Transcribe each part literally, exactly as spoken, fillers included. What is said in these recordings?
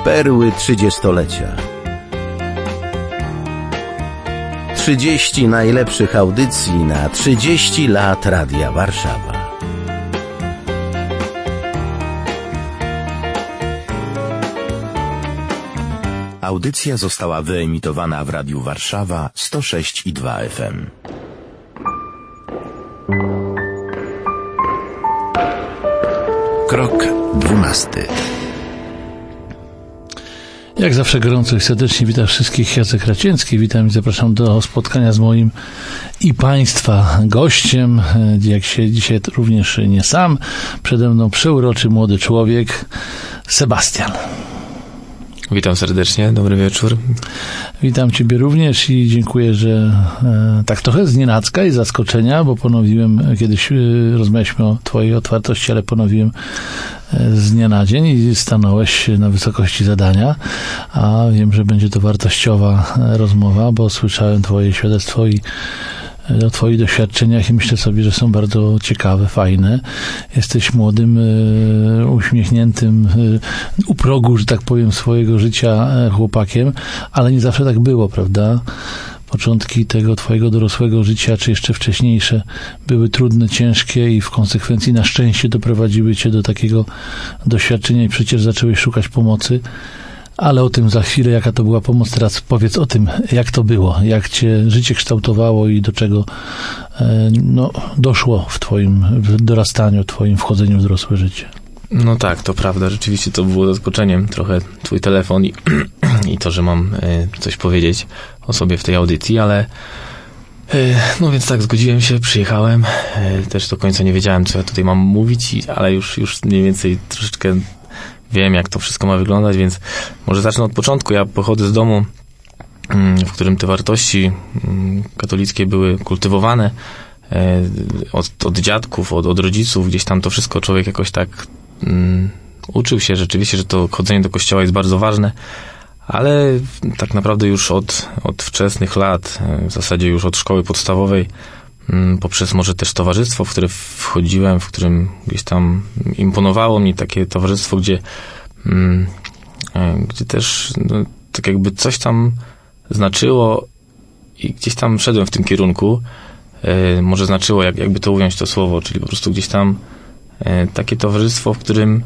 Perły trzydziestolecia. trzydzieści najlepszych audycji na trzydzieści lat Radia Warszawa. Audycja została wyemitowana w Radiu Warszawa sto sześć i dwa F M. Krok dwunasty. Jak zawsze gorąco i serdecznie witam wszystkich. Jacek Racięcki, witam i zapraszam do spotkania z moim i Państwa gościem. Jak się dzisiaj również nie sam, przede mną przeuroczy młody człowiek, Sebastian. Witam serdecznie, dobry wieczór. Witam Ciebie również i dziękuję, że e, tak trochę znienacka i zaskoczenia, bo ponowiłem, kiedyś e, rozmawialiśmy o Twojej otwartości, ale ponowiłem e, z dnia na dzień i stanąłeś na wysokości zadania, a wiem, że będzie to wartościowa e, rozmowa, bo słyszałem Twoje świadectwo i o Twoich doświadczeniach i myślę sobie, że są bardzo ciekawe, fajne. Jesteś młodym, e, uśmiechniętym, e, u progu, że tak powiem, swojego życia e, chłopakiem, ale nie zawsze tak było, prawda? Początki tego Twojego dorosłego życia, czy jeszcze wcześniejsze, były trudne, ciężkie i w konsekwencji na szczęście doprowadziły Cię do takiego doświadczenia i przecież zacząłeś szukać pomocy. Ale o tym za chwilę, jaka to była pomoc. Teraz powiedz o tym, jak to było, jak Cię życie kształtowało i do czego e, no, doszło w Twoim w dorastaniu, Twoim wchodzeniu w dorosłe życie. No tak, to prawda. Rzeczywiście to było zaskoczeniem trochę Twój telefon i, i to, że mam e, coś powiedzieć o sobie w tej audycji, ale e, no więc tak, zgodziłem się, przyjechałem. E, też do końca nie wiedziałem, co ja tutaj mam mówić, i, ale już, już mniej więcej troszeczkę wiem, jak to wszystko ma wyglądać, więc może zacznę od początku. Ja pochodzę z domu, w którym te wartości katolickie były kultywowane od, od dziadków, od, od rodziców. Gdzieś tam to wszystko człowiek jakoś tak um, uczył się rzeczywiście, że to chodzenie do kościoła jest bardzo ważne, ale tak naprawdę już od, od wczesnych lat, w zasadzie już od szkoły podstawowej, poprzez może też towarzystwo, w które wchodziłem, w którym gdzieś tam imponowało mi takie towarzystwo, gdzie, gdzie też no, tak jakby coś tam znaczyło i gdzieś tam szedłem w tym kierunku. Może znaczyło, jak, jakby to ująć to słowo, czyli po prostu gdzieś tam takie towarzystwo, w którym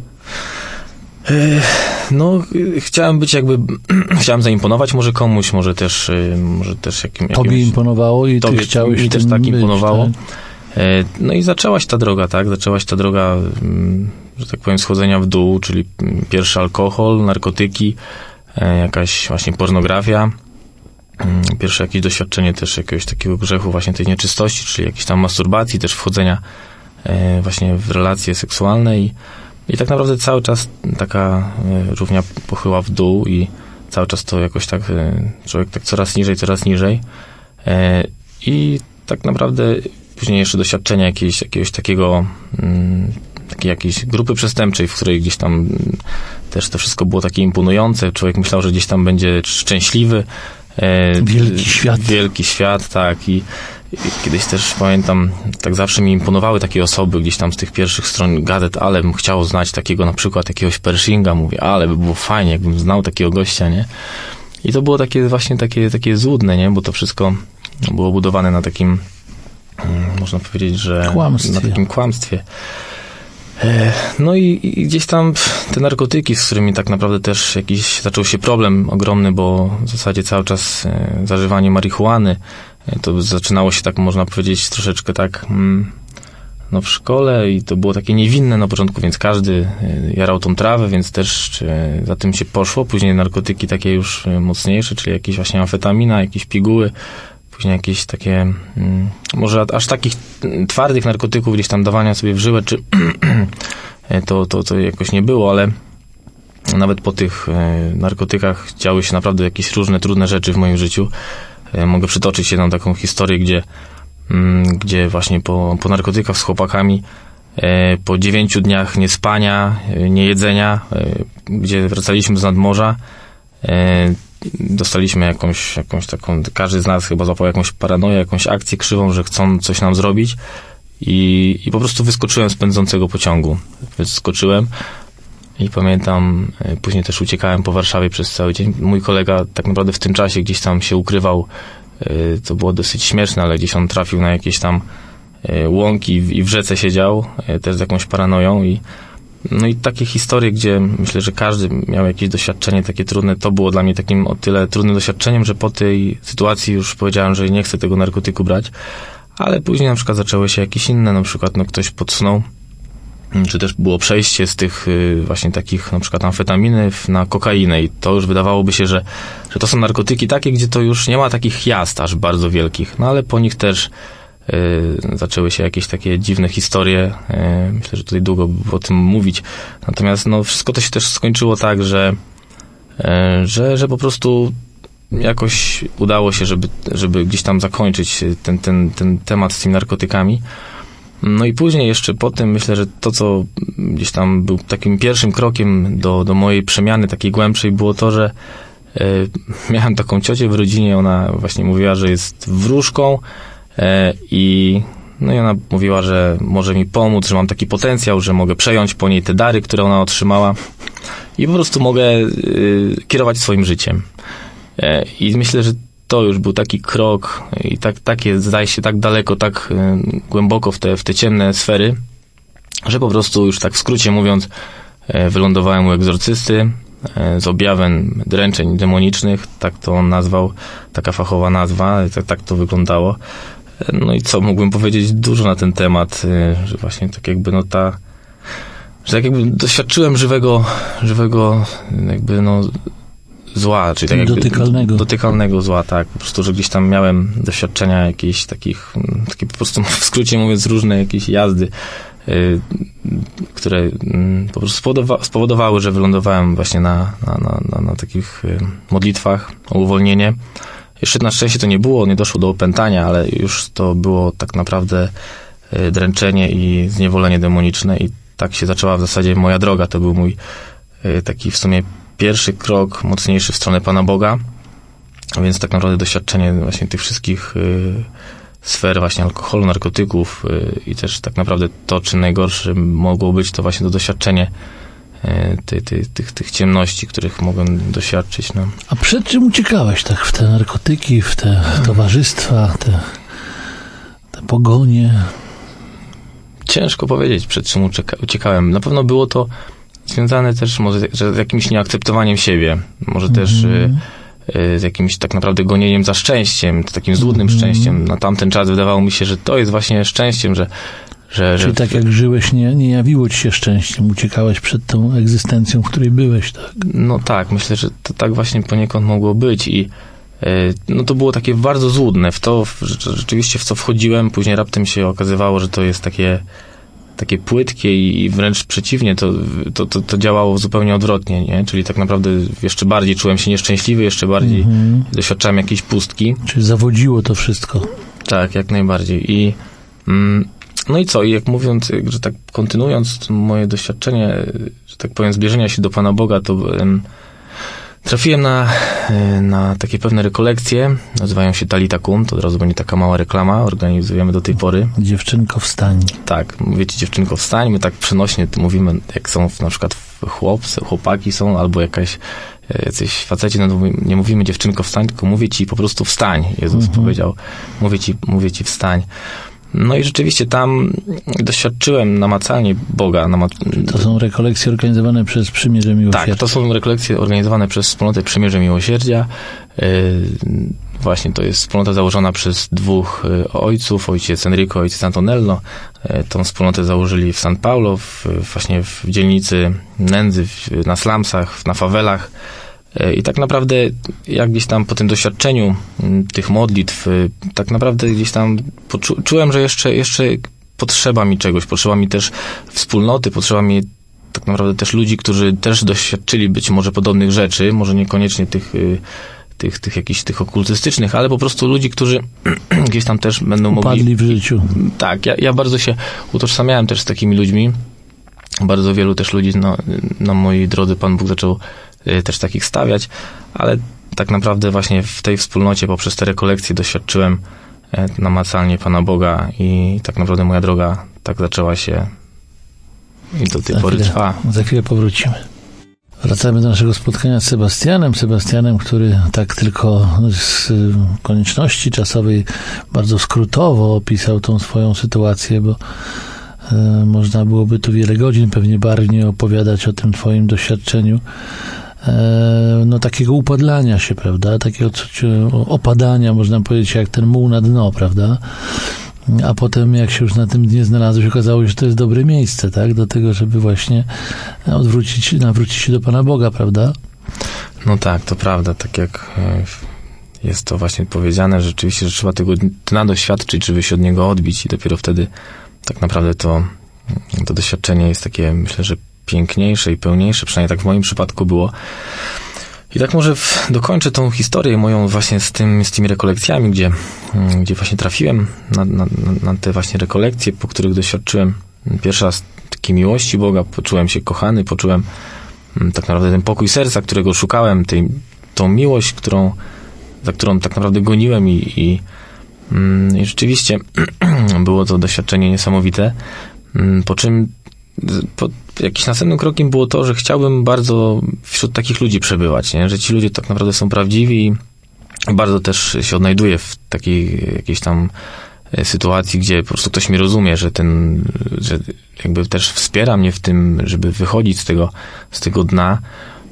no, chciałem być jakby, chciałem zaimponować może komuś, może też, może też jakim, jakimś... Tobie imponowało i ty tobie, chciałeś mi też tak imponowało. Być, tak? No i zaczęłaś ta droga, tak? Zaczęłaś ta droga, że tak powiem, schodzenia w dół, czyli pierwszy alkohol, narkotyki, jakaś właśnie pornografia, pierwsze jakieś doświadczenie też jakiegoś takiego grzechu, właśnie tej nieczystości, czyli jakiejś tam masturbacji, też wchodzenia właśnie w relacje seksualne i I tak naprawdę cały czas taka równia pochyła w dół i cały czas to jakoś tak człowiek tak coraz niżej, coraz niżej. I tak naprawdę później jeszcze doświadczenia jakiejś, jakiegoś takiego takiej jakiejś grupy przestępczej, w której gdzieś tam też to wszystko było takie imponujące. Człowiek myślał, że gdzieś tam będzie szczęśliwy. Wielki świat. Wielki świat, tak. I I kiedyś też pamiętam, tak zawsze mi imponowały takie osoby gdzieś tam z tych pierwszych stron gazet, ale bym chciał znać takiego na przykład jakiegoś Pershinga, mówię, ale by było fajnie, jakbym znał takiego gościa, nie? I to było takie właśnie takie, takie złudne, nie? Bo to wszystko było budowane na takim, można powiedzieć, że kłamstwie. na takim kłamstwie. No i, i gdzieś tam te narkotyki, z którymi tak naprawdę też jakiś zaczął się problem ogromny, bo w zasadzie cały czas zażywanie marihuany, to zaczynało się tak, można powiedzieć, troszeczkę tak no w szkole i to było takie niewinne na początku, więc każdy jarał tą trawę, więc też za tym się poszło. Później narkotyki takie już mocniejsze, czyli jakieś właśnie amfetamina, jakieś piguły, później jakieś takie, może aż takich twardych narkotyków gdzieś tam dawania sobie w żyłę, czy to, to, to jakoś nie było, ale nawet po tych narkotykach działy się naprawdę jakieś różne, trudne rzeczy w moim życiu. Mogę przytoczyć jedną taką historię, gdzie, gdzie właśnie po, po narkotykach z chłopakami, po dziewięciu dniach niespania, niejedzenia, gdzie wracaliśmy z nadmorza, dostaliśmy jakąś, jakąś taką, każdy z nas chyba złapał jakąś paranoję, jakąś akcję krzywą, że chcą coś nam zrobić i, i po prostu wyskoczyłem z pędzącego pociągu. Wyskoczyłem I pamiętam, później też uciekałem po Warszawie przez cały dzień. Mój kolega tak naprawdę w tym czasie gdzieś tam się ukrywał, to było dosyć śmieszne, ale gdzieś on trafił na jakieś tam łąki i w rzece siedział, też z jakąś paranoją. I, no i takie historie, gdzie myślę, że każdy miał jakieś doświadczenie takie trudne, to było dla mnie takim o tyle trudnym doświadczeniem, że po tej sytuacji już powiedziałem, że nie chcę tego narkotyku brać, ale później na przykład zaczęły się jakieś inne, na przykład no ktoś podsunął, czy też było przejście z tych właśnie takich na przykład amfetaminy na kokainę i to już wydawałoby się, że, że to są narkotyki takie, gdzie to już nie ma takich jazd aż bardzo wielkich, no ale po nich też y, zaczęły się jakieś takie dziwne historie, y, myślę, że tutaj długo by o tym mówić, natomiast no wszystko to się też skończyło tak, że, y, że, że po prostu jakoś udało się, żeby, żeby gdzieś tam zakończyć ten, ten, ten temat z tymi narkotykami. No i później jeszcze po tym myślę, że to, co gdzieś tam był takim pierwszym krokiem do, do mojej przemiany takiej głębszej, było to, że y, miałem taką ciocię w rodzinie, ona właśnie mówiła, że jest wróżką y, i no i ona mówiła, że może mi pomóc, że mam taki potencjał, że mogę przejąć po niej te dary, które ona otrzymała i po prostu mogę y, kierować swoim życiem. Y, I myślę, że to już był taki krok i tak, takie zdaje się tak daleko, tak y, głęboko w te, w te ciemne sfery, że po prostu już tak w skrócie mówiąc y, wylądowałem u egzorcysty y, z objawem dręczeń demonicznych, tak to on nazwał, taka fachowa nazwa, tak, tak to wyglądało. Y, no i co, mógłbym powiedzieć dużo na ten temat, y, że właśnie tak jakby no ta, że tak jakby doświadczyłem żywego, żywego jakby no zła, czyli tak jakby dotykalnego. dotykalnego zła, tak. Po prostu, że gdzieś tam miałem doświadczenia jakichś takich, takie po prostu w skrócie mówiąc różne jakieś jazdy, yy, które yy, po prostu spowodowa- spowodowały, że wylądowałem właśnie na, na, na, na, na takich yy, modlitwach o uwolnienie. Jeszcze na szczęście to nie było, nie doszło do opętania, ale już to było tak naprawdę yy, dręczenie i zniewolenie demoniczne i tak się zaczęła w zasadzie moja droga. To był mój yy, taki w sumie pierwszy krok mocniejszy w stronę Pana Boga, a więc tak naprawdę doświadczenie właśnie tych wszystkich y, sfer właśnie alkoholu, narkotyków y, i też tak naprawdę to, czym najgorsze mogło być, to właśnie to doświadczenie y, ty, ty, tych, tych ciemności, których mogłem doświadczyć. No. A przed czym uciekałeś tak w te narkotyki, w te towarzystwa, te, te pogonie? Ciężko powiedzieć, przed czym ucieka- uciekałem. Na pewno było to związane też może z jakimś nieakceptowaniem siebie, może mm. też y, y, z jakimś tak naprawdę gonieniem za szczęściem, takim złudnym mm. szczęściem. Na tamten czas wydawało mi się, że to jest właśnie szczęściem, że... że Czyli że... tak jak żyłeś, nie, nie jawiło ci się szczęściem, uciekałeś przed tą egzystencją, w której byłeś, tak? No tak, myślę, że to tak właśnie poniekąd mogło być i y, no to było takie bardzo złudne. W to w, rzeczywiście w co wchodziłem, później raptem się okazywało, że to jest takie takie płytkie i wręcz przeciwnie, to, to, to, to działało zupełnie odwrotnie, nie? Czyli tak naprawdę jeszcze bardziej czułem się nieszczęśliwy, jeszcze bardziej mm-hmm. doświadczałem jakiejś pustki. Czyli zawodziło to wszystko. Tak, jak najbardziej. I mm, no i co? I jak mówiąc, że tak kontynuując moje doświadczenie, że tak powiem, zbliżenia się do Pana Boga, to um, trafiłem na, na takie pewne rekolekcje, nazywają się Talita Kum, to od razu będzie taka mała reklama, organizujemy do tej pory. Dziewczynko wstań. Tak, mówicie dziewczynko wstań, my tak przenośnie mówimy, jak są na przykład chłopcy, chłopaki są, albo jakaś jacyś faceci, no nie mówimy dziewczynko wstań, tylko mówię ci po prostu wstań. Jezus mhm. powiedział, mówię ci, mówię ci wstań. No i rzeczywiście tam doświadczyłem namacalnie Boga. Namac- to są rekolekcje organizowane przez Przymierze Miłosierdzia. Tak, to są rekolekcje organizowane przez wspólnotę Przymierze Miłosierdzia. Yy, właśnie to jest wspólnota założona przez dwóch yy, ojców, ojciec Enrico, ojciec Antonello. Yy, tą wspólnotę założyli w San Paulo, w, właśnie w dzielnicy nędzy, w, na slumsach, na fawelach. I tak naprawdę, jak gdzieś tam po tym doświadczeniu tych modlitw, tak naprawdę gdzieś tam poczu- czułem, że jeszcze, jeszcze potrzeba mi czegoś, potrzeba mi też wspólnoty, potrzeba mi tak naprawdę też ludzi, którzy też doświadczyli być może podobnych rzeczy, może niekoniecznie tych, tych, tych jakichś tych okultystycznych, ale po prostu ludzi, którzy gdzieś tam też będą mogli... Upadli w życiu. Tak, ja, ja bardzo się utożsamiałem też z takimi ludźmi. Bardzo wielu też ludzi na, na mojej drodze Pan Bóg zaczął też takich stawiać, ale tak naprawdę właśnie w tej wspólnocie poprzez te rekolekcje doświadczyłem namacalnie Pana Boga i tak naprawdę moja droga tak zaczęła się i do tej za pory chwilę, trwa. Za chwilę powrócimy. Wracamy do naszego spotkania z Sebastianem. Sebastianem, który tak tylko z konieczności czasowej bardzo skrótowo opisał tą swoją sytuację, bo e, można byłoby tu wiele godzin pewnie barwnie opowiadać o tym twoim doświadczeniu. E, no takiego upadlania się, prawda? Takiego opadania, można powiedzieć, jak ten muł na dno, prawda? A potem, jak się już na tym dnie znalazłeś, okazało się, że to jest dobre miejsce, tak? Do tego, żeby właśnie odwrócić, nawrócić się do Pana Boga, prawda? No tak, to prawda. Tak jak jest to właśnie powiedziane, że rzeczywiście, że trzeba tego dna doświadczyć, żeby się od niego odbić i dopiero wtedy tak naprawdę to, to doświadczenie jest takie, myślę, że piękniejsze i pełniejsze, przynajmniej tak w moim przypadku było. I tak może w, dokończę tą historię moją właśnie z, tym, z tymi rekolekcjami, gdzie, gdzie właśnie trafiłem na, na, na te właśnie rekolekcje, po których doświadczyłem pierwszy raz takiej miłości Boga, poczułem się kochany, poczułem tak naprawdę ten pokój serca, którego szukałem, tej, tą miłość, którą, za którą tak naprawdę goniłem i, i, i rzeczywiście było to doświadczenie niesamowite, po czym po, jakiś następnym krokiem było to, że chciałbym bardzo wśród takich ludzi przebywać, nie? Że ci ludzie tak naprawdę są prawdziwi i bardzo też się odnajduję w takiej jakiejś tam sytuacji, gdzie po prostu ktoś mnie rozumie, że ten, że jakby też wspiera mnie w tym, żeby wychodzić z tego, z tego dna.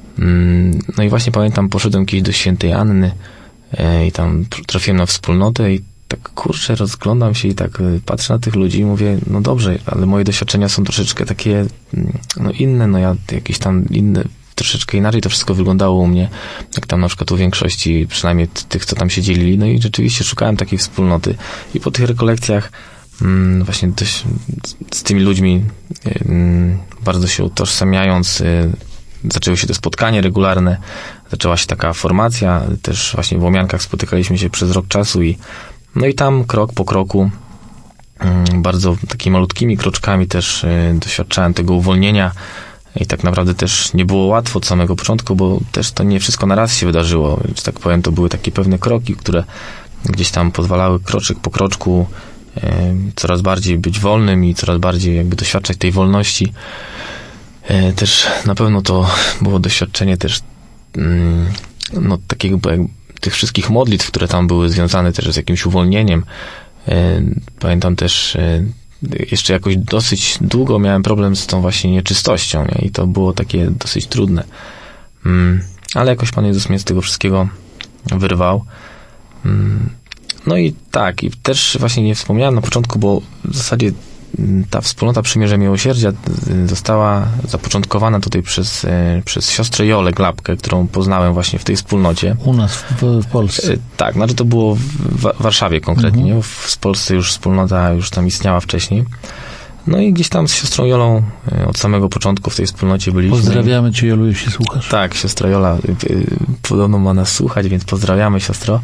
No i właśnie pamiętam, poszedłem kiedyś do Świętej Anny i tam trafiłem na wspólnotę i tak kurczę, rozglądam się i tak patrzę na tych ludzi i mówię, no dobrze, ale moje doświadczenia są troszeczkę takie, no inne, no ja jakieś tam inne, troszeczkę inaczej to wszystko wyglądało u mnie, jak tam na przykład u większości, przynajmniej tych, co tam się dzielili, no i rzeczywiście szukałem takiej wspólnoty i po tych rekolekcjach mm, właśnie dość, z tymi ludźmi mm, bardzo się utożsamiając, y, zaczęły się te spotkania regularne, zaczęła się taka formacja, też właśnie w Łomiankach spotykaliśmy się przez rok czasu i no i tam krok po kroku, bardzo takimi malutkimi kroczkami też doświadczałem tego uwolnienia i tak naprawdę też nie było łatwo od samego początku, bo też to nie wszystko na raz się wydarzyło. Że tak powiem, to były takie pewne kroki, które gdzieś tam pozwalały kroczek po kroczku coraz bardziej być wolnym i coraz bardziej jakby doświadczać tej wolności. Też na pewno to było doświadczenie też no takiego tych wszystkich modlitw, które tam były związane też z jakimś uwolnieniem. Pamiętam też, jeszcze jakoś dosyć długo miałem problem z tą właśnie nieczystością, nie? I to było takie dosyć trudne. Ale jakoś Pan Jezus mnie z tego wszystkiego wyrwał. No i tak, i też właśnie nie wspomniałem na początku, bo w zasadzie ta wspólnota Przymierza Miłosierdzia została zapoczątkowana tutaj przez, przez siostrę Jolę Glapkę, którą poznałem właśnie w tej wspólnocie. U nas w, w Polsce. Tak, znaczy to było w Warszawie konkretnie. Mhm. W Polsce już wspólnota już tam istniała wcześniej. No i gdzieś tam z siostrą Jolą od samego początku w tej wspólnocie byliśmy. Pozdrawiamy Cię, Jolu, jeśli słuchasz. Tak, siostra Jola podobno ma nas słuchać, więc pozdrawiamy, siostro.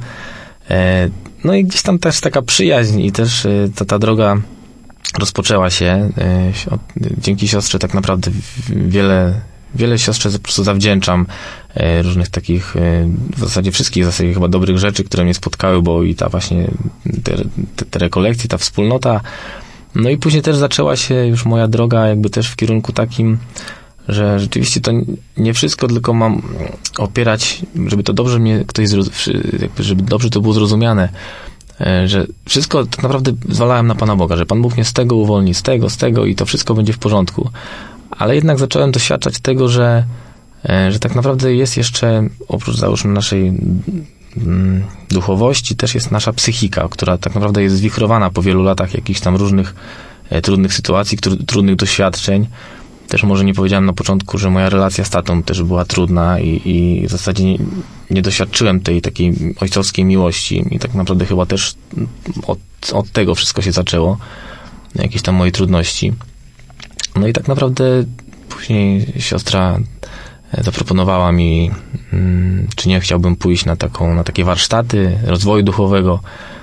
No i gdzieś tam też taka przyjaźń i też ta, ta droga rozpoczęła się. Dzięki siostrze tak naprawdę wiele, wiele siostrze po prostu zawdzięczam różnych takich, w zasadzie wszystkich w zasadzie chyba dobrych rzeczy, które mnie spotkały, bo i ta właśnie te, te, te rekolekcje, ta wspólnota. No i później też zaczęła się już moja droga jakby też w kierunku takim, że rzeczywiście to nie wszystko tylko mam opierać, żeby to dobrze mnie ktoś, jakby żeby dobrze to było zrozumiane, że wszystko tak naprawdę zwalałem na Pana Boga, że Pan Bóg mnie z tego uwolni, z tego, z tego i to wszystko będzie w porządku. Ale jednak zacząłem doświadczać tego, że, że tak naprawdę jest jeszcze, oprócz załóżmy naszej mm, duchowości, też jest nasza psychika, która tak naprawdę jest zwichrowana po wielu latach jakichś tam różnych e, trudnych sytuacji, tr- trudnych doświadczeń. Też może nie powiedziałem na początku, że moja relacja z tatą też była trudna i, i w zasadzie nie, nie doświadczyłem tej takiej ojcowskiej miłości i tak naprawdę chyba też od, od tego wszystko się zaczęło, jakieś tam moje trudności. No i tak naprawdę później siostra zaproponowała mi, czy nie chciałbym pójść na taką, na takie warsztaty rozwoju duchowego,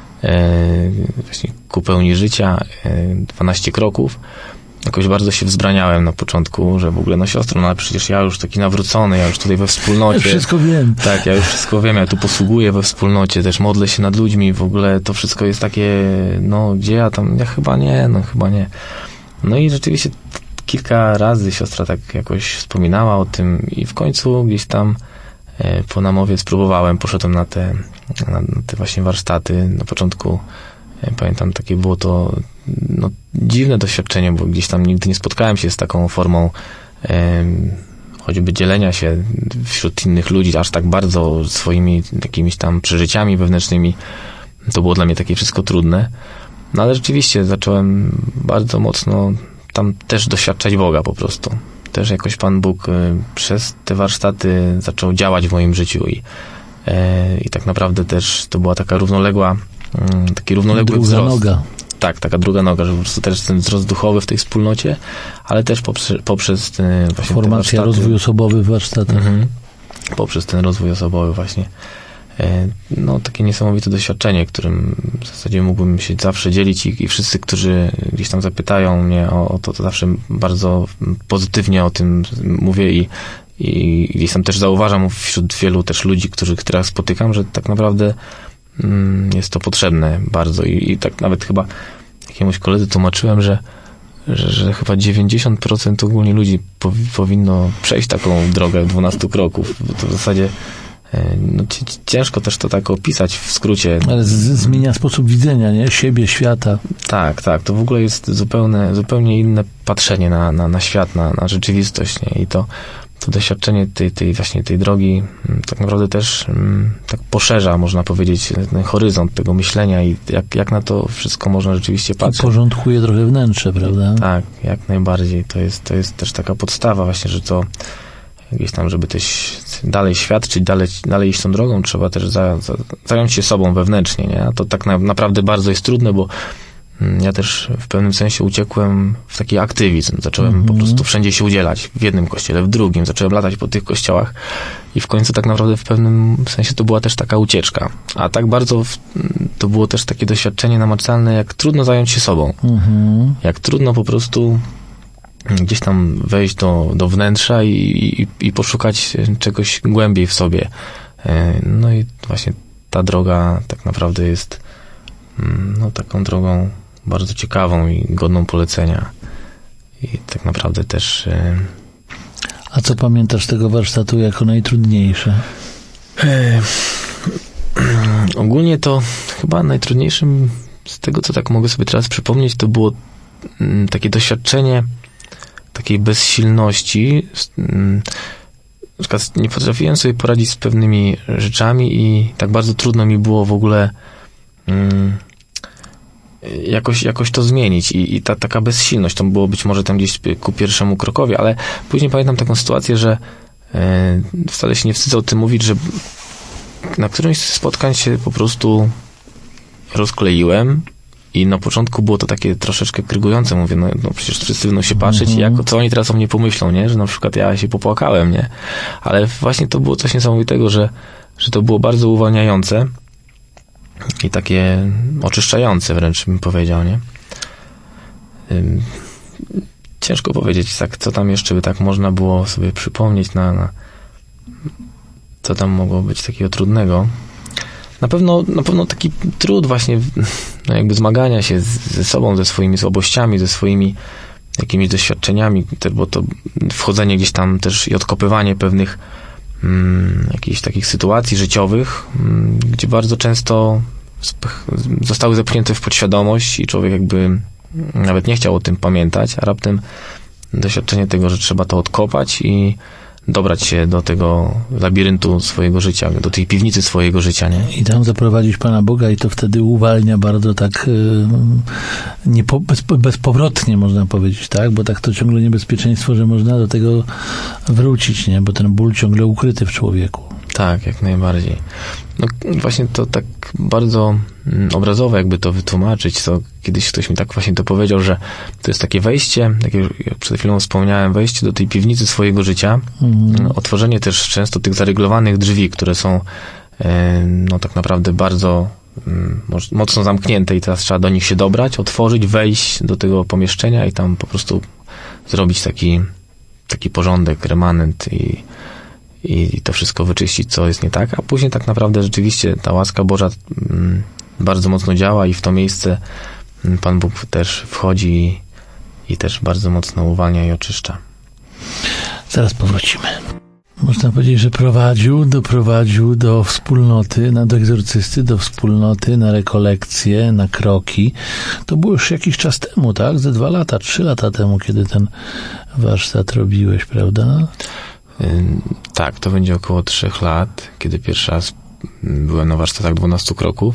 właśnie ku pełni życia, dwanaście kroków. Jakoś bardzo się wzbraniałem na początku, że w ogóle, no siostro, no ale przecież ja już taki nawrócony, ja już tutaj we wspólnocie. Ja wszystko wiem. Tak, ja już wszystko wiem, ja tu posługuję we wspólnocie, też modlę się nad ludźmi, w ogóle to wszystko jest takie, no gdzie ja tam, ja chyba nie, no chyba nie. No i rzeczywiście kilka razy siostra tak jakoś wspominała o tym i w końcu gdzieś tam e, po namowie spróbowałem, poszedłem na te, na, na te właśnie warsztaty. Na początku e, pamiętam, takie było to no, dziwne doświadczenie, bo gdzieś tam nigdy nie spotkałem się z taką formą e, choćby dzielenia się wśród innych ludzi aż tak bardzo swoimi jakimiś tam przeżyciami wewnętrznymi. To było dla mnie takie wszystko trudne. No ale rzeczywiście zacząłem bardzo mocno tam też doświadczać Boga po prostu. Też jakoś Pan Bóg y, przez te warsztaty zaczął działać w moim życiu i, y, i tak naprawdę też to była taka równoległa, y, taki równoległy druga wzrost. noga. Tak, taka druga noga, że po prostu też ten wzrost duchowy w tej wspólnocie, ale też poprzez, poprzez y, właśnie Formacja, te rozwój osobowy w warsztatach. Mhm. Poprzez ten rozwój osobowy właśnie. No, takie niesamowite doświadczenie, którym w zasadzie mógłbym się zawsze dzielić i, i wszyscy, którzy gdzieś tam zapytają mnie o, o to, to zawsze bardzo pozytywnie o tym mówię i, i gdzieś tam też zauważam wśród wielu też ludzi, których teraz spotykam, że tak naprawdę mm, jest to potrzebne bardzo i, i tak nawet chyba jakiemuś koledze tłumaczyłem, że Że, że chyba dziewięćdziesiąt procent ogólnie ludzi powi, powinno przejść taką drogę dwunastu kroków. To w zasadzie no, ciężko też to tak opisać w skrócie. Ale z, zmienia sposób widzenia, nie? Siebie, świata. Tak, tak. To w ogóle jest zupełnie, zupełnie inne patrzenie na, na, na świat, na, na rzeczywistość, nie? I to, to doświadczenie tej, tej właśnie tej drogi tak naprawdę też tak poszerza, można powiedzieć, ten horyzont tego myślenia i jak, jak na to wszystko można rzeczywiście patrzeć. I porządkuje trochę wnętrze, prawda? Tak, jak najbardziej. To jest, to jest też taka podstawa właśnie, że to gdzieś tam, żeby też dalej świadczyć, dalej, dalej iść tą drogą, trzeba też za, za, zająć się sobą wewnętrznie, nie? A to tak na, naprawdę bardzo jest trudne, bo ja też w pewnym sensie uciekłem w taki aktywizm. Zacząłem mm-hmm. po prostu wszędzie się udzielać. W jednym kościele, w drugim. Zacząłem latać po tych kościołach i w końcu tak naprawdę w pewnym sensie to była też taka ucieczka. A tak bardzo w, to było też takie doświadczenie namacalne, jak trudno zająć się sobą. Mm-hmm. Jak trudno po prostu gdzieś tam wejść do, do wnętrza i, i, i poszukać czegoś głębiej w sobie. No i właśnie ta droga tak naprawdę jest no, taką drogą bardzo ciekawą i godną polecenia. I tak naprawdę też... A co pamiętasz z tego warsztatu jako najtrudniejsze? E, ogólnie to chyba najtrudniejszym z tego, co tak mogę sobie teraz przypomnieć, to było takie doświadczenie takiej bezsilności. Na przykład nie potrafiłem sobie poradzić z pewnymi rzeczami i tak bardzo trudno mi było w ogóle um, jakoś, jakoś to zmienić i, i ta taka bezsilność, to było być może tam gdzieś ku pierwszemu krokowi, ale później pamiętam taką sytuację, że e, wcale się nie wstydzę o tym mówić, że na którymś z spotkań się po prostu rozkleiłem i na początku było to takie troszeczkę krygujące. Mówię, no, no przecież wszyscy będą się patrzeć mm-hmm. i jak, co oni teraz o mnie pomyślą, nie? Że na przykład ja się popłakałem, nie? Ale właśnie to było coś niesamowitego, że, że to było bardzo uwalniające i takie oczyszczające wręcz bym powiedział, nie? Ym, ciężko powiedzieć, tak, co tam jeszcze by tak można było sobie przypomnieć na, na co tam mogło być takiego trudnego. Na pewno, na pewno taki trud właśnie no jakby zmagania się z, ze sobą, ze swoimi słabościami, ze swoimi jakimiś doświadczeniami, bo to wchodzenie gdzieś tam też i odkopywanie pewnych mm, jakichś takich sytuacji życiowych, mm, gdzie bardzo często spych, zostały zepchnięte w podświadomość i człowiek jakby nawet nie chciał o tym pamiętać, a raptem doświadczenie tego, że trzeba to odkopać i dobrać się do tego labiryntu swojego życia, do tej piwnicy swojego życia, nie? I tam zaprowadzić Pana Boga i to wtedy uwalnia bardzo tak yy, niepo, bez, bezpowrotnie, można powiedzieć, tak? Bo tak to ciągle niebezpieczeństwo, że można do tego wrócić, nie? Bo ten ból ciągle ukryty w człowieku. Tak, jak najbardziej. No właśnie to tak bardzo obrazowo jakby to wytłumaczyć, to kiedyś ktoś mi tak właśnie to powiedział, że to jest takie wejście, tak jak przed chwilą wspomniałem, wejście do tej piwnicy swojego życia, mm. otworzenie też często tych zaryglowanych drzwi, które są no tak naprawdę bardzo mocno zamknięte i teraz trzeba do nich się dobrać, otworzyć, wejść do tego pomieszczenia i tam po prostu zrobić taki, taki porządek, remanent i i to wszystko wyczyścić, co jest nie tak, a później tak naprawdę rzeczywiście ta łaska Boża bardzo mocno działa i w to miejsce Pan Bóg też wchodzi i też bardzo mocno uwalnia i oczyszcza. Zaraz powrócimy. Można powiedzieć, że prowadził, doprowadził do wspólnoty, na do egzorcysty, do wspólnoty, na rekolekcje, na kroki. To było już jakiś czas temu, tak? Ze dwa lata, trzy lata temu, kiedy ten warsztat robiłeś, prawda? Tak, to będzie około trzech lat, kiedy pierwszy raz byłem na warsztatach dwunastu kroków.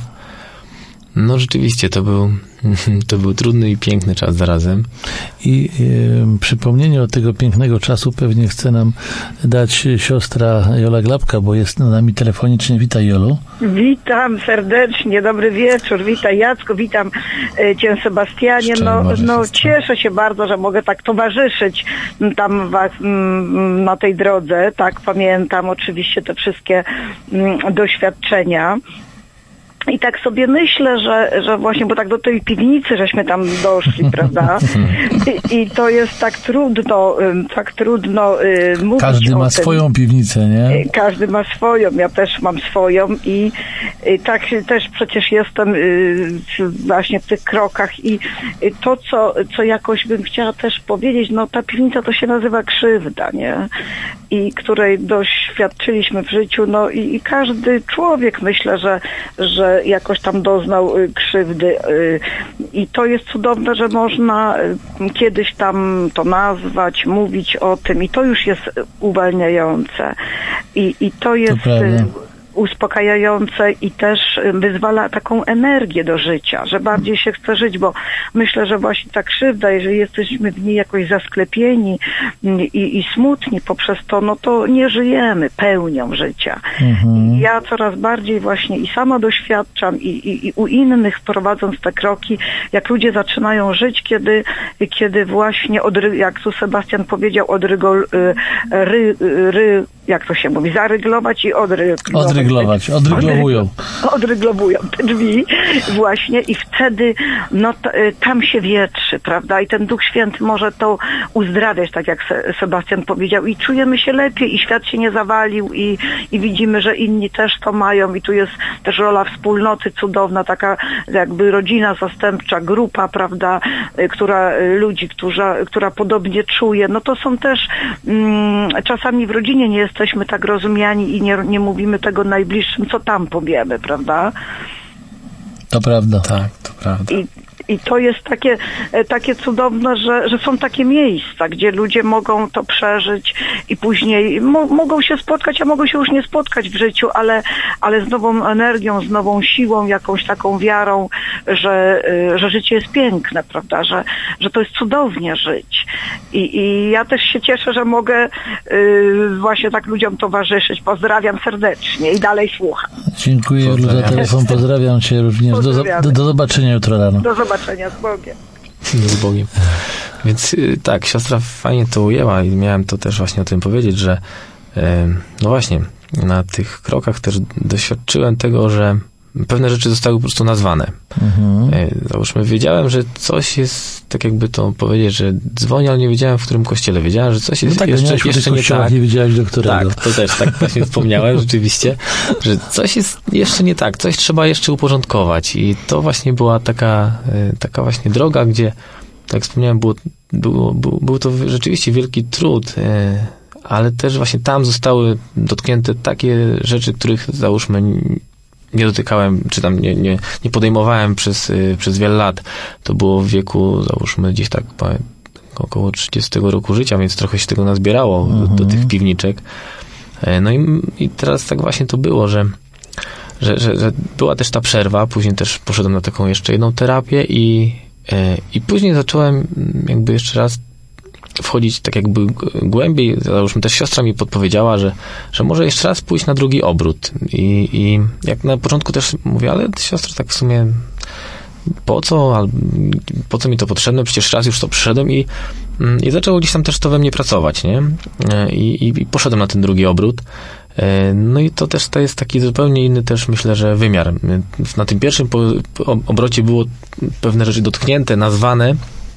No rzeczywiście, to był, to był trudny i piękny czas zarazem. I y, przypomnienie od tego pięknego czasu pewnie chce nam dać siostra Jola Glapka, bo jest z nami telefonicznie. Witaj, Jolu. Witam serdecznie, dobry wieczór, witaj Jacku, witam e, Cię Sebastianie. No, no cieszę się bardzo, że mogę tak towarzyszyć tam was, m, na tej drodze, tak, pamiętam oczywiście te wszystkie m, doświadczenia. I tak sobie myślę, że, że właśnie, bo tak do tej piwnicy żeśmy tam doszli, prawda? I, i to jest tak trudno, tak trudno y, mówić Każdy o ma tym. swoją piwnicę, nie? Każdy ma swoją, ja też mam swoją i y, tak też przecież jestem y, właśnie w tych krokach i y, to, co, co jakoś bym chciała też powiedzieć, no ta piwnica to się nazywa krzywda, nie? I której doświadczyliśmy w życiu, no i, i każdy człowiek, myślę, że, że jakoś tam doznał y, krzywdy y, i to jest cudowne, że można y, kiedyś tam to nazwać, mówić o tym i to już jest uwalniające i, i to jest To y, uspokajające i też wyzwala taką energię do życia, że bardziej się chce żyć, bo myślę, że właśnie ta krzywda, jeżeli jesteśmy w niej jakoś zasklepieni i, i smutni poprzez to, no to nie żyjemy pełnią życia. Mhm. I ja coraz bardziej właśnie i sama doświadczam i, i, i u innych prowadząc te kroki, jak ludzie zaczynają żyć, kiedy, kiedy właśnie, odry, jak tu Sebastian powiedział, odrygol, ry, ry, jak to się mówi, zaryglować i odryglować. Odryglować, odryglowują. Odryglowują te drzwi właśnie i wtedy no t, tam się wietrzy, prawda? I ten Duch Święty może to uzdrawiać, tak jak Se, Sebastian powiedział i czujemy się lepiej i świat się nie zawalił i, i widzimy, że inni też to mają i tu jest też rola wspólnoty cudowna, taka jakby rodzina zastępcza, grupa, prawda, która ludzi, która, która podobnie czuje. No to są też mm, czasami w rodzinie nie jesteśmy tak rozumiani i nie, nie mówimy tego najbliższym, co tam powiemy, prawda? To prawda. Tak, to prawda. I, i to jest takie, takie cudowne, że, że są takie miejsca, gdzie ludzie mogą to przeżyć i później mo, mogą się spotkać, a mogą się już nie spotkać w życiu, ale, ale z nową energią, z nową siłą, jakąś taką wiarą, że, że życie jest piękne, prawda, że, że to jest cudownie żyć. I, i ja też się cieszę, że mogę y, właśnie tak ludziom towarzyszyć. Pozdrawiam serdecznie i dalej słucham. Dziękuję Jolu za telefon, pozdrawiam Cię również. Do, do, do zobaczenia jutro rano. Do zobaczenia, z Bogiem. Z Bogiem. Więc tak, siostra fajnie to ujęła i miałem to też właśnie o tym powiedzieć, że no właśnie, na tych krokach też doświadczyłem tego, że pewne rzeczy zostały po prostu nazwane. Mhm. Załóżmy, wiedziałem, że coś jest, tak jakby to powiedzieć, że dzwonię, ale nie wiedziałem, w którym kościele. Wiedziałem, że coś jest no tak, jeszcze, jeszcze, jeszcze nie tak. Nie wiedziałeś, do którego. Tak, to też tak właśnie wspomniałem rzeczywiście, że coś jest jeszcze nie tak, coś trzeba jeszcze uporządkować i to właśnie była taka, taka właśnie droga, gdzie, tak jak wspomniałem, było, było, był, był to rzeczywiście wielki trud, ale też właśnie tam zostały dotknięte takie rzeczy, których załóżmy nie dotykałem, czy tam nie, nie, nie podejmowałem przez, przez wiele lat. To było w wieku, załóżmy, gdzieś tak około trzydziestego roku życia, więc trochę się tego nazbierało mhm. do, do tych piwniczek. No i, i teraz tak właśnie to było, że, że, że, że była też ta przerwa, później też poszedłem na taką jeszcze jedną terapię i, i później zacząłem jakby jeszcze raz wchodzić tak jakby głębiej. Załóżmy, też siostra mi podpowiedziała, że, że może jeszcze raz pójść na drugi obrót. I, i jak na początku też mówię, ale siostra tak w sumie po co? Po co mi to potrzebne? Przecież raz już to przyszedłem i, i zaczęło gdzieś tam też to we mnie pracować, nie? I, i, i poszedłem na ten drugi obrót. No i to też to jest taki zupełnie inny też, myślę, że wymiar. Na tym pierwszym po, po obrocie było pewne rzeczy dotknięte, nazwane,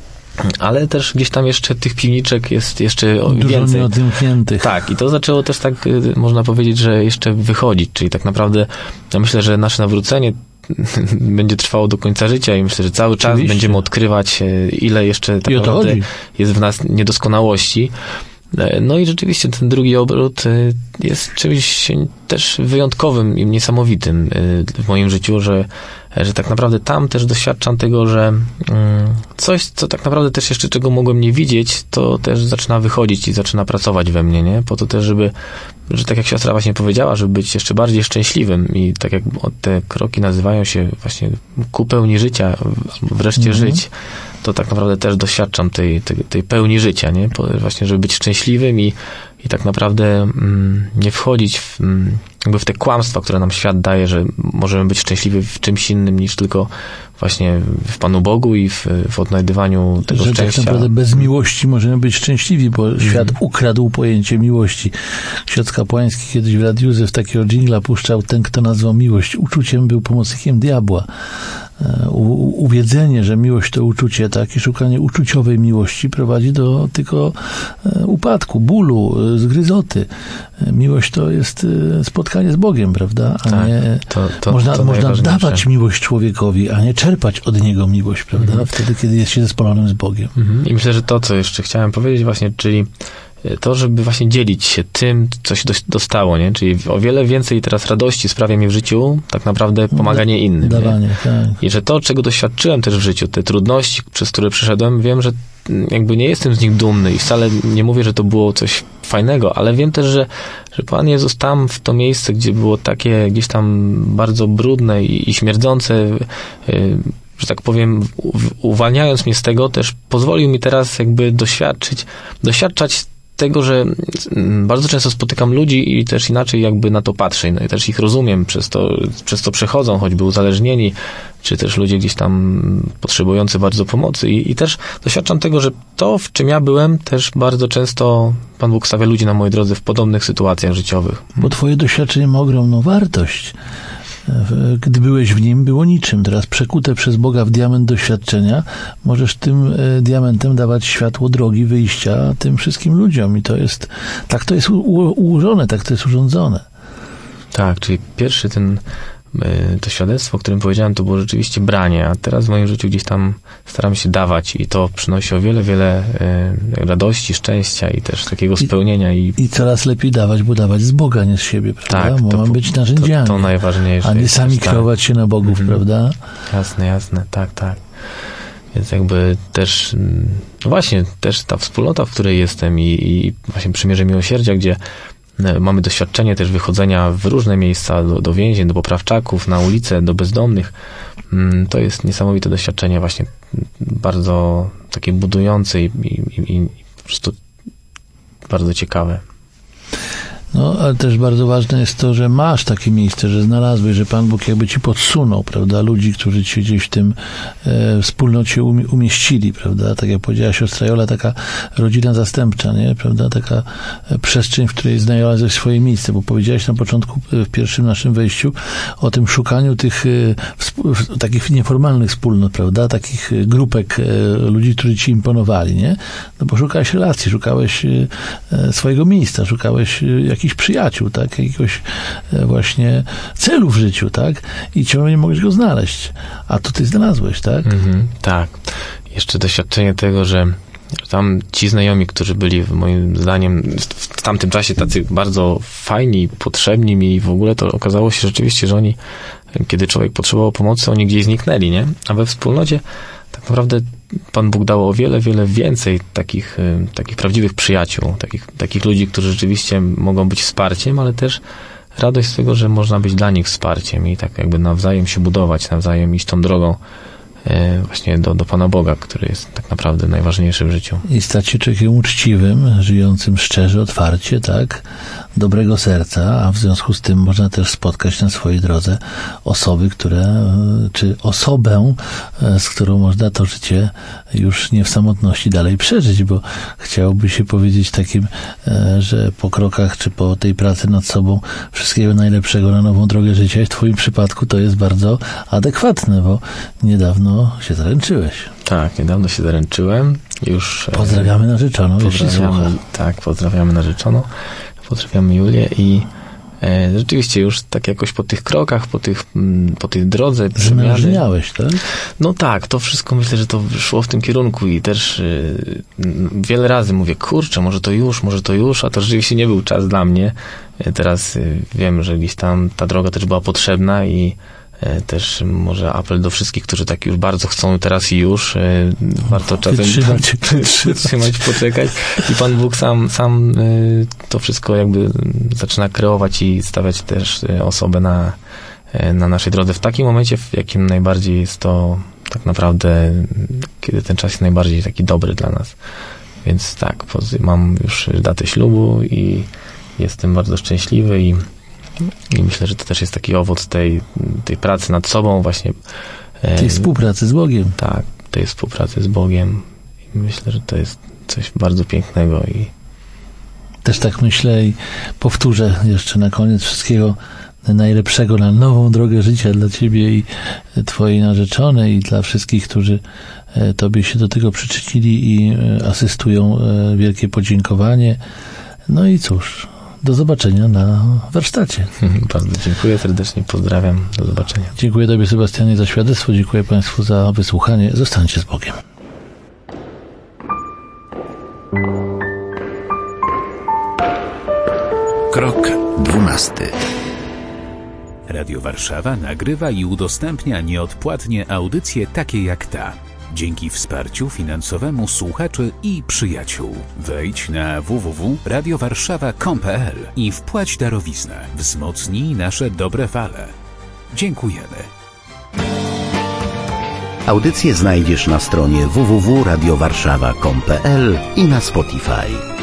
ale też gdzieś tam jeszcze tych piwniczek jest jeszcze dużo więcej. Nieodymkniętych. Tak, i to zaczęło też tak, można powiedzieć, że jeszcze wychodzić, czyli tak naprawdę ja myślę, że nasze nawrócenie będzie trwało do końca życia i myślę, że cały czas Oczywiście. będziemy odkrywać, ile jeszcze tak I o to naprawdę chodzi. jest w nas niedoskonałości. No i rzeczywiście ten drugi obrót jest czymś też wyjątkowym i niesamowitym w moim życiu, że, że tak naprawdę tam też doświadczam tego, że coś, co tak naprawdę też jeszcze czego mogłem nie widzieć, to też zaczyna wychodzić i zaczyna pracować we mnie, nie? Po to też, żeby, że tak jak siostra właśnie powiedziała, żeby być jeszcze bardziej szczęśliwym i tak jak te kroki nazywają się właśnie ku pełni życia, wreszcie mhm. żyć, to tak naprawdę też doświadczam tej, tej, tej pełni życia, nie? Właśnie, żeby być szczęśliwym i, i tak naprawdę mm, nie wchodzić w, mm, jakby w te kłamstwa, które nam świat daje, że możemy być szczęśliwi w czymś innym niż tylko właśnie w Panu Bogu i w, w odnajdywaniu tego że szczęścia. Tak naprawdę bez miłości możemy być szczęśliwi, bo mm. świat ukradł pojęcie miłości. Ksiądz Kapłański kiedyś w Radiu Józef takiego dżingla puszczał, ten, kto nazwał miłość uczuciem, był pomocnikiem diabła. U, uwiedzenie, że miłość to uczucie, tak, i szukanie uczuciowej miłości prowadzi do tylko upadku, bólu, zgryzoty. Miłość to jest spotkanie z Bogiem, prawda? A tak, nie, to, to, można, to można dawać miłość człowiekowi, a nie czerpać od niego miłość, prawda? Mhm. Wtedy, kiedy jest się zespolonym z Bogiem. Mhm. I myślę, że to, co jeszcze chciałem powiedzieć właśnie, czyli to, żeby właśnie dzielić się tym, co się dostało, nie? Czyli o wiele więcej teraz radości sprawia mi w życiu tak naprawdę pomaganie innym. Dawanie, tak. I że to, czego doświadczyłem też w życiu, te trudności, przez które przeszedłem, wiem, że jakby nie jestem z nich dumny i wcale nie mówię, że to było coś fajnego, ale wiem też, że, że Pan Jezus tam, w to miejsce, gdzie było takie gdzieś tam bardzo brudne i, i śmierdzące, yy, że tak powiem, uwalniając mnie z tego, też pozwolił mi teraz jakby doświadczyć, doświadczać tego, że bardzo często spotykam ludzi i też inaczej jakby na to patrzę, no i też ich rozumiem, przez to, przez to przechodzą, choćby uzależnieni, czy też ludzie gdzieś tam potrzebujący bardzo pomocy i, i też doświadczam tego, że to, w czym ja byłem, też bardzo często Pan Bóg stawia ludzi na mojej drodze w podobnych sytuacjach życiowych. Bo twoje doświadczenie ma ogromną wartość. Gdy byłeś w nim, było niczym. Teraz przekute przez Boga w diament doświadczenia, możesz tym diamentem dawać światło drogi wyjścia tym wszystkim ludziom. I to jest, tak to jest ułożone, tak to jest urządzone. Tak, czyli pierwszy ten, to świadectwo, o którym powiedziałem, to było rzeczywiście branie, a teraz w moim życiu gdzieś tam staram się dawać i to przynosi o wiele, wiele radości, szczęścia i też takiego spełnienia. I, i coraz lepiej dawać, bo dawać z Boga, nie z siebie, prawda? Tak, bo to, mam być narzędziami. To, to najważniejsze. A nie sami też, kierować tak. się na bogów, mhm. prawda? Jasne, jasne, tak, tak. Więc jakby też, no właśnie, też ta wspólnota, w której jestem i, i właśnie Przymierze Miłosierdzia, gdzie mamy doświadczenie też wychodzenia w różne miejsca, do, do więzień, do poprawczaków, na ulicę, do bezdomnych. To jest niesamowite doświadczenie, właśnie bardzo takie budujące i, i, i po prostu bardzo ciekawe. No, ale też bardzo ważne jest to, że masz takie miejsce, że znalazłeś, że Pan Bóg jakby ci podsunął, prawda, ludzi, którzy ci gdzieś w tym e, wspólnocie umie, umieścili, prawda, tak jak powiedziała siostra Jola, taka rodzina zastępcza, nie, prawda, taka e, przestrzeń, w której znalazłeś swoje miejsce, bo powiedziałaś na początku, e, w pierwszym naszym wejściu, o tym szukaniu tych e, współ, takich nieformalnych wspólnot, prawda, takich e, grupek e, ludzi, którzy ci imponowali, nie, no bo szukałeś relacji, szukałeś e, swojego miejsca, szukałeś e, jakichś przyjaciół, tak, jakiegoś właśnie celu w życiu, tak, i ciągle nie mogłeś go znaleźć, a tu ty znalazłeś, tak? Mhm, tak. Jeszcze doświadczenie tego, że tam ci znajomi, którzy byli moim zdaniem w tamtym czasie tacy bardzo fajni, potrzebni mi i w ogóle to okazało się rzeczywiście, że oni, kiedy człowiek potrzebował pomocy, oni gdzieś zniknęli, nie? A we wspólnocie tak naprawdę Pan Bóg dał o wiele, wiele więcej takich, takich prawdziwych przyjaciół, takich, takich ludzi, którzy rzeczywiście mogą być wsparciem, ale też radość z tego, że można być dla nich wsparciem i tak jakby nawzajem się budować, nawzajem iść tą drogą właśnie do, do Pana Boga, który jest tak naprawdę najważniejszy w życiu. I stać się człowiekiem uczciwym, żyjącym szczerze, otwarcie, tak, dobrego serca, a w związku z tym można też spotkać na swojej drodze osoby, które, czy osobę, z którą można to życie już nie w samotności dalej przeżyć, bo chciałoby się powiedzieć takim, że po krokach, czy po tej pracy nad sobą wszystkiego najlepszego na nową drogę życia i w twoim przypadku to jest bardzo adekwatne, bo niedawno się zaręczyłeś. Tak, niedawno się zaręczyłem. Już pozdrawiamy narzeczoną, jeśli słucha. Tak, pozdrawiamy narzeczoną. Pozdrawiamy Julię i E, rzeczywiście już tak jakoś po tych krokach, po tych, po tej drodze przemiany. Zmężniałeś, tak? No tak, to wszystko myślę, że to szło w tym kierunku i też y, wiele razy mówię, kurczę, może to już, może to już, a to rzeczywiście nie był czas dla mnie. Y, teraz y, wiem, że gdzieś tam ta droga też była potrzebna i y, też może apel do wszystkich, którzy tak już bardzo chcą teraz i już, y, warto czasem Wytrzymać, wytrzymać, poczekać i Pan Bóg sam, sam y, to wszystko jakby zaczyna kreować i stawiać też y, osobę na na naszej drodze w takim momencie, w jakim najbardziej jest to tak naprawdę, kiedy ten czas jest najbardziej taki dobry dla nas. Więc tak, mam już datę ślubu i jestem bardzo szczęśliwy i, i myślę, że to też jest taki owoc tej, tej pracy nad sobą właśnie. Tej współpracy z Bogiem. Tak, tej współpracy z Bogiem. I myślę, że to jest coś bardzo pięknego i też tak myślę i powtórzę jeszcze na koniec wszystkiego najlepszego na nową drogę życia dla Ciebie i Twojej narzeczonej i dla wszystkich, którzy Tobie się do tego przyczynili i asystują. Wielkie podziękowanie. No i cóż, do zobaczenia na warsztacie. Bardzo dziękuję serdecznie, pozdrawiam, do zobaczenia. Dziękuję Tobie, Sebastianie, za świadectwo, dziękuję Państwu za wysłuchanie. Zostańcie z Bogiem. Krok dwunasty. Radio Warszawa nagrywa i udostępnia nieodpłatnie audycje takie jak ta. Dzięki wsparciu finansowemu słuchaczy i przyjaciół. Wejdź na w w w kropka radio warszawa kropka com kropka p l i wpłać darowiznę. Wzmocnij nasze dobre fale. Dziękujemy. Audycję znajdziesz na stronie w w w kropka radio warszawa kropka com kropka p l i na Spotify.